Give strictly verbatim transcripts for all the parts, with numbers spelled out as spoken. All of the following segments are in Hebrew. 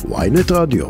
וויינט רדיו.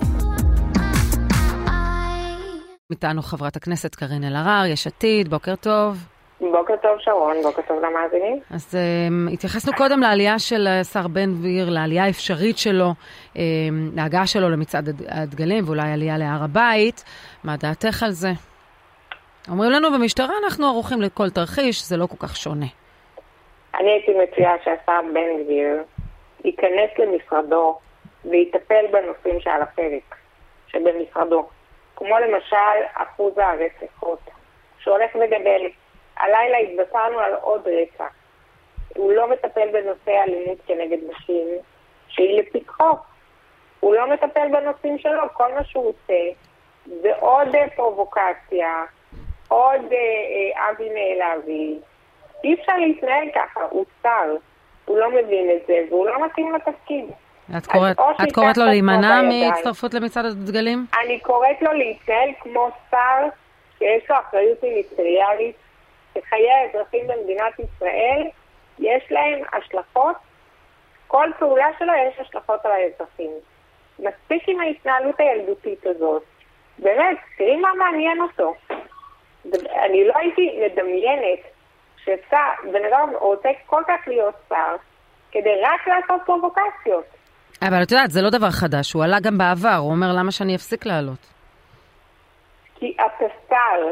איתנו חברת הכנסת קארין אלהרר, יש עתיד, בוקר טוב. בוקר טוב שרון, בוקר טוב למאזינים. אז um, התייחסנו קודם לעלייה של שר בן גביר, לעלייה האפשרית שלו, um, להגעה שלו למצעד הדגלים, ואולי עלייה להר הבית. מה דעתך על זה? אומרים לנו במשטרה, אנחנו ערוכים לכל תרחיש, זה לא כל כך שונה. אני הייתי מציעה שהשר בן גביר ייכנס למשרדו ויטפל בנושאים שעל הפרק שבמשרדו. כמו למשל אחוז הרציחות, שהולך וגדל. הלילה התבשרנו על עוד רצח. הוא לא מטפל בנושא אלימות כנגד נשים, שהיא לפתחו. הוא לא מטפל בנושאים שלו, כל מה שהוא עושה זה עוד פרובוקציה, עוד אה, אבי נעלבי. אי אפשר להתנהל ככה, הוא שר, הוא לא מבין את זה, והוא לא מתאים לתפקיד. את קוראת, את קוראת לו להימנע מהצטרפות למצעד הדגלים? אני קוראת לו להתנהל כמו שר שיש לו אחריות מיניסטריאלית, שחיי האזרחים במדינת ישראל יש להם השלכות, כל פעולה שלו יש השלכות על האזרחים. מספיק עם ההתנהלות הילדותית הזאת. באמת, תראי מה מעניין אותו. אני לא הייתי מדמיינת ששר, בן אדם רוצה כל כך להיות שר, כדי רק לעשות פרובוקציות. אבל את יודעת, זה לא דבר חדש, הוא עלה גם בעבר, הוא אומר למה שאני אפסיק לעלות. כי אתה שר,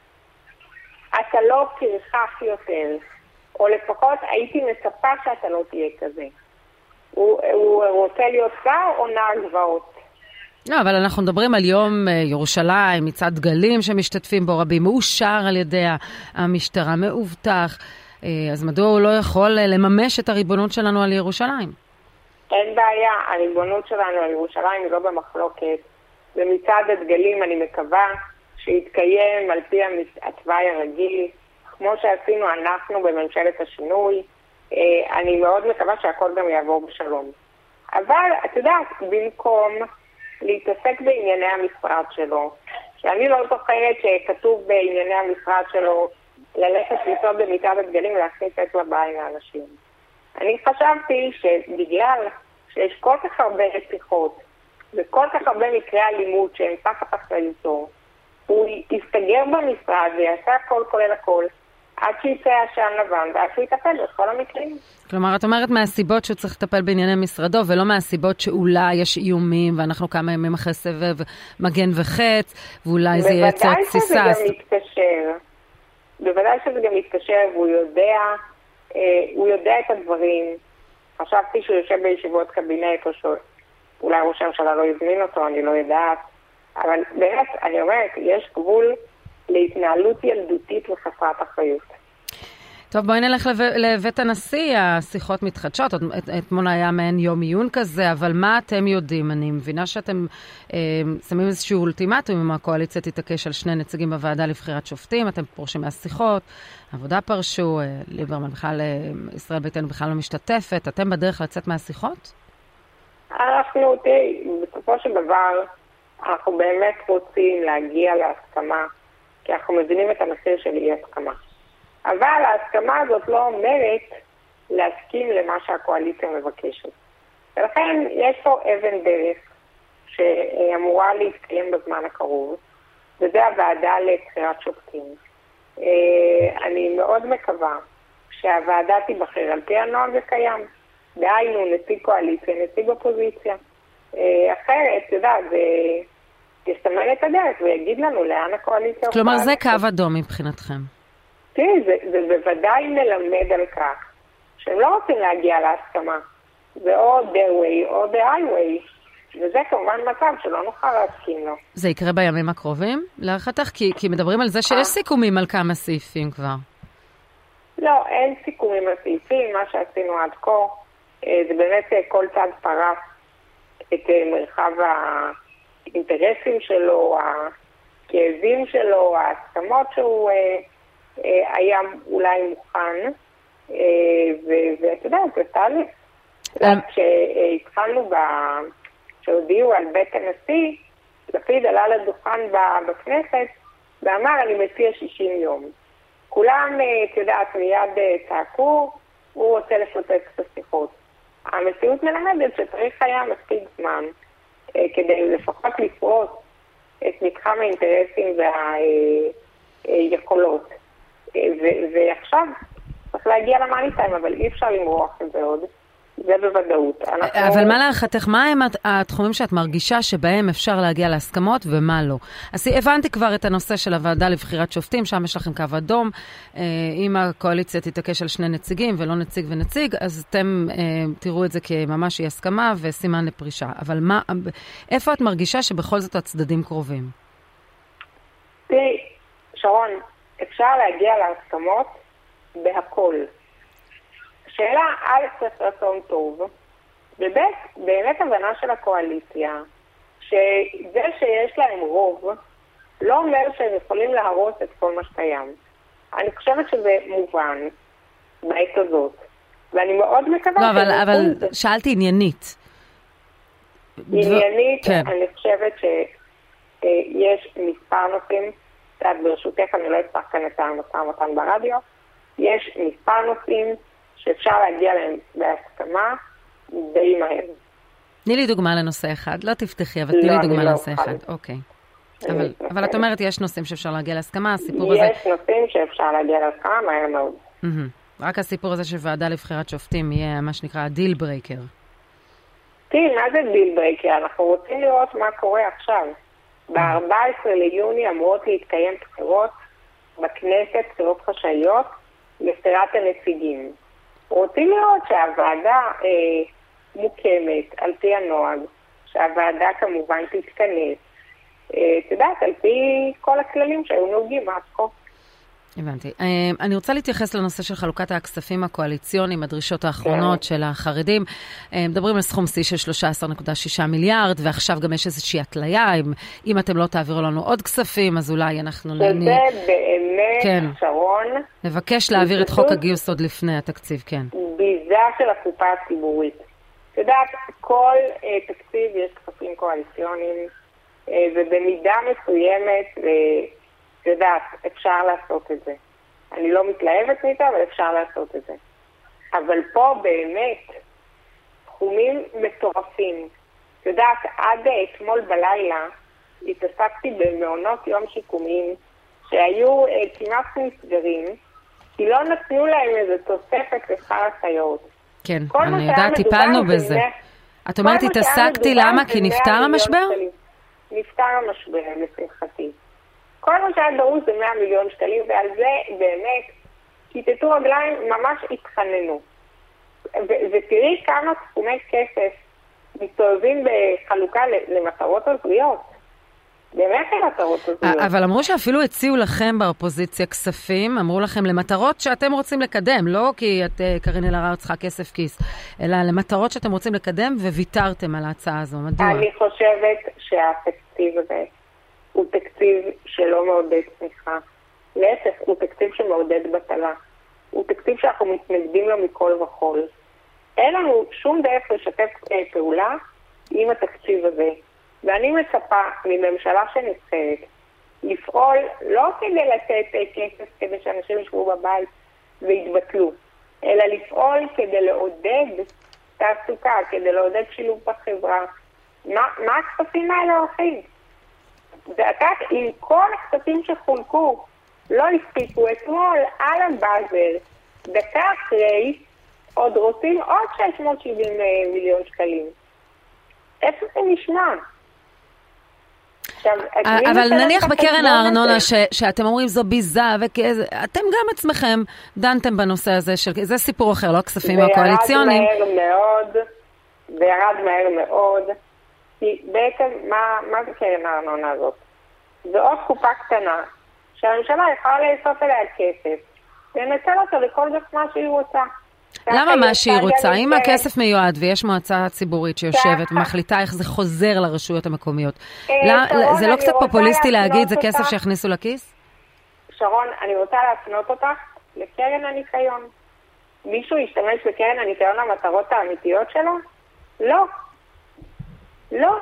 אתה לא פרחח יותר, או לפחות הייתי מצפה שאתה לא תהיה כזה. הוא, הוא רוצה להיות שר או נער גבעות? לא, אבל אנחנו מדברים על יום ירושלים, מצעד דגלים שמשתתפים בו רבים, מאושר על ידי המשטרה, מאובטח, אז מדוע הוא לא יכול לממש את הריבונות שלנו על ירושלים? אין בעיה, הריבונות שלנו על ירושלים היא לא במחלוקת. במצעד הדגלים אני מקווה שיתקיים על פי התוואי הרגיל, כמו שעשינו אנחנו בממשלת השינוי. אני מאוד מקווה שהכל גם יעבור בשלום. אבל, את יודעת, במקום להתעסק בענייני המשרד שלו, שאני לא זוכרת שכתוב בענייני המשרד שלו ללכת לצעוד במצעד הדגלים ולהכניס אצבע בעין לאנשים. אני חשבתי שבגלל שיש כל כך הרבה רציחות וכל כך הרבה מקרי אלימות שהם תחת אחריותו, הוא יסתגר במשרד ויעשה הכל כולל הכל עד שיצא עשן לבן ועד שהוא יטפל בכל המקרים. כלומר, את אומרת מהסיבות שהוא צריך לטפל בענייני משרדו ולא מהסיבות שאולי יש איומים ואנחנו כמה ימים אחרי סבב מגן וחץ ואולי זה ייצר תסיסה. בוודאי שזה גם מתקשר. בוודאי שזה גם מתקשר והוא יודע, אה, הוא יודע את הדברים. חשבתי שהוא יושב בישיבות קבינט או שאולי ראש הממשלה לא יזמין אותו, אני לא יודעת. אבל באמת, אני אומרת, יש גבול להתנהלות ילדותית וחסרת אחריות. טוב, בואי נלך לב... לבית הנשיא, השיחות מתחדשות, את... אתמול היה מעין יום עיון כזה, אבל מה אתם יודעים? אני מבינה שאתם אה, שמים איזשהו אולטימטום אם הקואליציה תתעקש על שני נציגים בוועדה לבחירת שופטים, אתם פורשים מהשיחות, עבודה פרשו, אה, ליברמן בכלל, אה, ישראל ביתנו בכלל לא משתתפת, אתם בדרך לצאת מהשיחות? אנחנו, תראי, בסופו של דבר, אנחנו באמת רוצים להגיע להסכמה, כי אנחנו מבינים את המחיר של אי הסכמה. אבל ההסכמה הזאת לא אומרת להסכים למה שהקואליציה מבקשת. ולכן יש פה אבן דרך שאמורה להתקיים בזמן הקרוב, וזה הוועדה לבחירת שופטים. אני מאוד מקווה שהוועדה תיבחר על פי הנוהג הקיים. דהיינו נציג קואליציה, נציג אופוזיציה. אחרת, אתה יודע, זה יסתמן את הדרך ויגיד לנו לאן הקואליציה... כלומר, זה קו אדום מבחינתכם. תראי, זה, זה בוודאי מלמד על כך שהם לא רוצים להגיע להסכמה. זה או their way או the highway, וזה כמובן מצב שלא נוכל להסכים לו. זה יקרה בימים הקרובים? להערכתך? כי, כי מדברים על זה שיש סיכומים על כמה סעיפים כבר. לא, אין סיכומים על סעיפים. מה שעשינו עד כה, זה באמת כל צד פרס את מרחב האינטרסים שלו, הכאבים שלו, ההסכמות שהוא... היה אולי מוכן, ואתה יודע, זה תהליך. כשהתחלנו, כשהודיעו על בית הנשיא, לפיד עלה לדוכן בכנסת, ואמר, אני מציע שישים יום. כולם, אתה יודעת, מיד צעקו, הוא רוצה לפוצץ את השיחות. המציאות מלמדת שצריך היה מספיק זמן כדי לפחות לפרוט את מתחם האינטרסים והיכולות. ועכשיו צריך להגיע למאני טיים, אבל אי אפשר למרוח את זה עוד. זה בוודאות. אבל מה להערכתך, מה הם התחומים שאת מרגישה שבהם אפשר להגיע להסכמות ומה לא? אז הבנתי כבר את הנושא של הוועדה לבחירת שופטים, שם יש לכם קו אדום. אם הקואליציה תתעקש על שני נציגים ולא נציג ונציג, אז אתם תראו את זה כממש אי הסכמה וסימן לפרישה. אבל מה, איפה את מרגישה שבכל זאת הצדדים קרובים? תראי, שרון, אפשר להגיע להסכמות בהכל. שאלה, א', צריך רצון טוב, וב', באמת הבנה של הקואליציה, שזה שיש להם רוב, לא אומר שהם יכולים להרוס את כל מה שקיים. אני חושבת שזה מובן בעת הזאת, ואני מאוד מקווה... לא, אבל, אבל שאלתי עניינית. עניינית, כן. אני חושבת שיש מספר נושאים, ברשותך אני לא אצטרך כאן את המשא ומתן ברדיו, יש מספר נושאים, שאפשר להגיע להם בהסכמה די מהר. תני לי דוגמה לנושא אחד. לא תפתחי, אבל תני לי דוגמה לנושא אחד. אוקיי. אבל את אומרת, יש נושאים שאפשר להגיע להסכמה, הסיפור הזה... יש נושאים שאפשר להגיע להסכמה מהר מאוד. רק הסיפור הזה שוועדה לבחירת שופטים יהיה מה שנקרא דיל ברייקר. תראי, מה זה דיל ברייקר? אנחנו רוצים לראות מה קורה עכשיו. ב-ארבעה עשר ליוני אמורות להתקיים בחירות בכנסת, בחירות חשאיות, לבחירת הנציגים. רוצים לראות שהוועדה אה, מוקמת על פי הנוהג, שהוועדה כמובן תתכנס, אה, תדעת, על פי כל הכללים שהיו נהוגים עד כה. הבנתי. אני רוצה להתייחס לנושא של חלוקת הכספים הקואליציוניים, הדרישות האחרונות של החרדים. מדברים על סכום שיא של שלושה עשר נקודה שישה מיליארד, ועכשיו גם יש איזושהי התליה. אם, אם אתם לא תעבירו לנו עוד כספים, אז אולי אנחנו... שזה נ... באמת, כן. שרון... נבקש להעביר את חוק הגיוס עוד לפני התקציב, כן. ביזה של הקופה הציבורית. אתה יודעת, כל uh, תקציב יש כספים קואליציוניים, uh, ובמידה מסוימת... Uh, יודעת, אפשר לעשות את זה. אני לא מתלהבת מזה, אבל אפשר לעשות את זה. אבל פה באמת, תחומים מטורפים. יודעת, עד אתמול בלילה, התעסקתי במעונות יום שיקומיים, שהיו אה, כמעט נסגרים, כי לא נתנו להם איזו תוספת לשכר הסייעות. כן, אני יודעת, טיפלנו בזה. את אומרת, התעסקתי למה? כי נפטר המשבר? נפטר המשבר, לשמחתי. כל מה שהיה דרוש זה מאה מיליון שקלים, ועל זה באמת, כיתתו רגליים, ממש התחננו. ותראי כמה סכומי כסף מסתובבים בחלוקה למטרות הזויות. באמת למטרות הזויות. אבל אמרו שאפילו הציעו לכם באופוזיציה כספים, אמרו לכם למטרות שאתם רוצים לקדם, לא כי את, קרין אלהרר, צריכה כסף כיס, אלא למטרות שאתם רוצים לקדם, וויתרתם על ההצעה הזו. מדוע? אני חושבת שהתקציב הזה, הוא תקציב שלא מעודד צמיחה. להפך, הוא תקציב שמעודד בטלה. הוא תקציב שאנחנו מתנגדים לו מכל וכל. אין לנו שום דרך לשתף פעולה עם התקציב הזה. ואני מצפה מממשלה שנבחרת לפעול לא כדי לתת כסף כדי שאנשים ישבו בבית ויתבטלו, אלא לפעול כדי לעודד תעסוקה, כדי לעודד שילוב בחברה. מה, מה הכספים האלה הולכים? ואתה, עם כל הכספים שחולקו, לא הספיקו אתמול על הבאזר, דקה אחרי, עוד רוצים עוד שש מאות שבעים מיליון שקלים. איפה זה נשמע? עכשיו, אבל נניח בקרן הארנונה ש, שאתם אומרים זו ביזה, ואתם גם עצמכם דנתם בנושא הזה, של, זה סיפור אחר, לא הכספים הקואליציוניים. זה ירד מהר מאוד, זה ירד מהר מאוד. כי בעצם, מה, מה זה קרן הארנונה הזאת? זו עוד קופה קטנה, שהממשלה יכולה לאסוף אליה כסף, ונצל אותו לכל כך מה שהיא רוצה. למה מה שהיא רוצה? אם הכסף מיועד ויש מועצה ציבורית שיושבת ומחליטה איך זה חוזר לרשויות המקומיות, זה לא קצת פופוליסטי להגיד זה כסף שיכניסו לכיס? שרון, אני רוצה להפנות אותך לקרן הניקיון. מישהו ישתמש בקרן הניקיון למטרות האמיתיות שלו? לא. לא.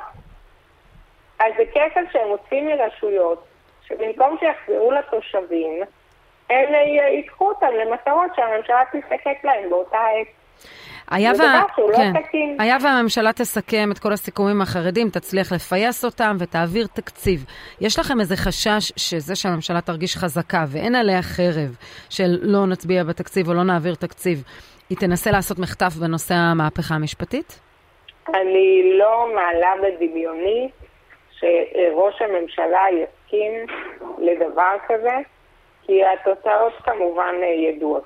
אז זה כסף שהם מוצאים מרשויות, שבמקום שיחזרו לתושבים, הם ייקחו אותם למטרות שהממשלה תסתכל להם באותה עת. היה זה דבר שהוא לא כן. תקין. היה והממשלה תסכם את כל הסיכומים החרדים, תצליח לפייס אותם ותעביר תקציב. יש לכם איזה חשש שזה שהממשלה תרגיש חזקה ואין עליה חרב של לא נצביע בתקציב או לא נעביר תקציב, היא תנסה לעשות מחטף בנושא המהפכה המשפטית? אני לא מעלה בדמיוני שראש הממשלה יסכים לדבר כזה, כי התוצאות כמובן ידועות.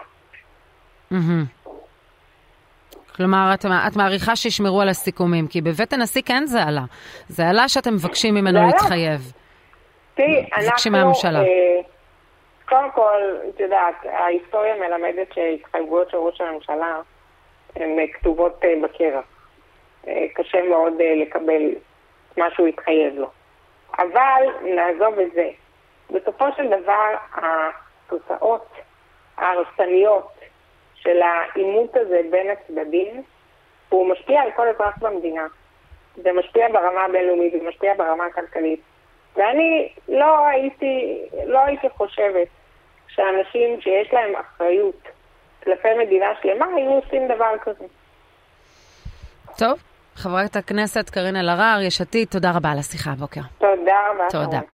כלומר, את, את מעריכה שישמרו על הסיכומים, כי בבית הנשיא כן זה עלה. זה עלה שאתם מבקשים ממנו להתחייב. תראי, מבקשים אנחנו, מהממשלה. אה, קודם כל, את יודעת, ההיסטוריה מלמדת שהתחייבויות של ראש הממשלה הן כתובות אה, בקרח. אה, קשה מאוד אה, לקבל מה שהוא התחייב לו. אבל נעזוב את זה. בסופו של דבר, התוצאות ההרסניות של העימות הזה בין הצדדים, הוא משפיע על כל אזרח במדינה. זה משפיע ברמה הבינלאומית, זה משפיע ברמה הכלכלית. ואני לא הייתי, לא הייתי חושבת שאנשים שיש להם אחריות כלפי מדינה שלמה, היו עושים דבר כזה. טוב, חברת הכנסת קארין אלהרר, יש עתיד, תודה רבה על השיחה הבוקר. תודה רבה. תודה.